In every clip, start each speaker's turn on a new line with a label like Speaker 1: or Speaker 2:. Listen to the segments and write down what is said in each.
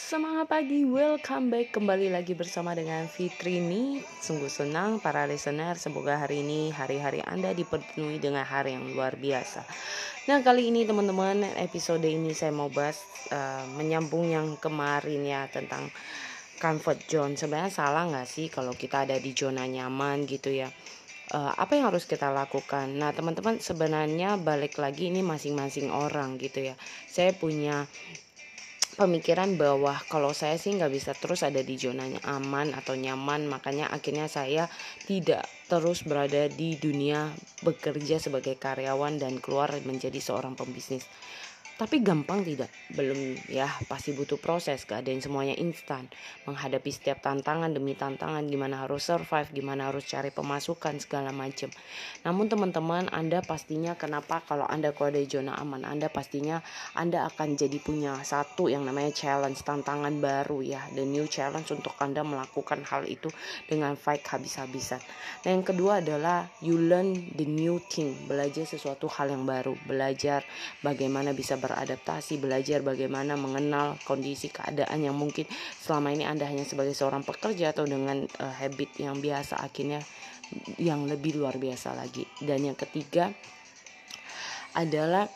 Speaker 1: Semangat pagi, welcome back kembali lagi bersama dengan Fitrini. Sungguh senang para listener, semoga hari ini hari-hari Anda dipenuhi dengan hari yang luar biasa. Nah, kali ini teman-teman, episode ini saya mau bahas menyambung yang kemarin ya, tentang comfort zone. Sebenarnya salah gak sih kalau kita ada di zona nyaman gitu ya? Apa yang harus kita lakukan? Nah, teman-teman, sebenarnya balik lagi ini masing-masing orang gitu ya. Saya punya pemikiran bahwa kalau saya sih nggak bisa terus ada di zonanya aman atau nyaman, makanya akhirnya saya tidak terus berada di dunia bekerja sebagai karyawan dan keluar menjadi seorang pembisnis. Tapi gampang tidak? Belum ya, pasti butuh proses, gak ada yang semuanya instan. Menghadapi setiap tantangan demi tantangan, gimana harus survive, gimana harus cari pemasukan, segala macam. Namun teman-teman, Anda pastinya kenapa kalau Anda keluar dari zona aman, Anda pastinya Anda akan jadi punya satu yang namanya challenge, tantangan baru ya. The new challenge untuk Anda melakukan hal itu dengan fight habis-habisan. Nah, yang kedua adalah you learn the new thing, belajar sesuatu hal yang baru, belajar bagaimana bisa beradaptasi, belajar bagaimana mengenal kondisi keadaan yang mungkin selama ini Anda hanya sebagai seorang pekerja atau dengan habit yang biasa, akhirnya yang lebih luar biasa lagi. Dan yang ketiga adalah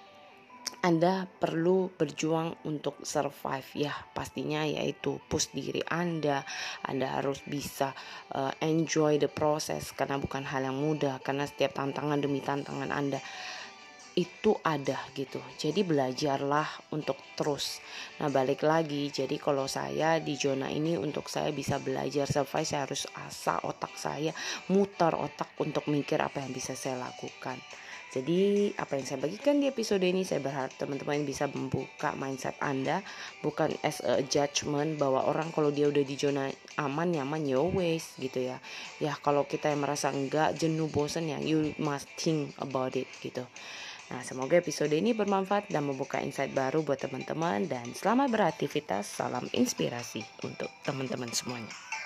Speaker 1: Anda perlu berjuang untuk survive ya, pastinya yaitu push diri Anda harus bisa enjoy the process, karena bukan hal yang mudah, karena setiap tantangan demi tantangan Anda itu ada gitu. Jadi belajarlah untuk terus. Nah, balik lagi, jadi kalau saya di zona ini, untuk saya bisa belajar survive, saya harus asah otak saya, muter otak untuk mikir apa yang bisa saya lakukan. Jadi apa yang saya bagikan di episode ini, saya berharap teman-teman bisa membuka mindset Anda, bukan as a judgment bahwa orang kalau dia udah di zona aman, nyaman, ya wes gitu ya. Ya kalau kita yang merasa enggak, jenuh, bosan ya, you must think about it gitu. Nah, semoga episode ini bermanfaat dan membuka insight baru buat teman-teman, dan selamat beraktivitas. Salam inspirasi untuk teman-teman semuanya.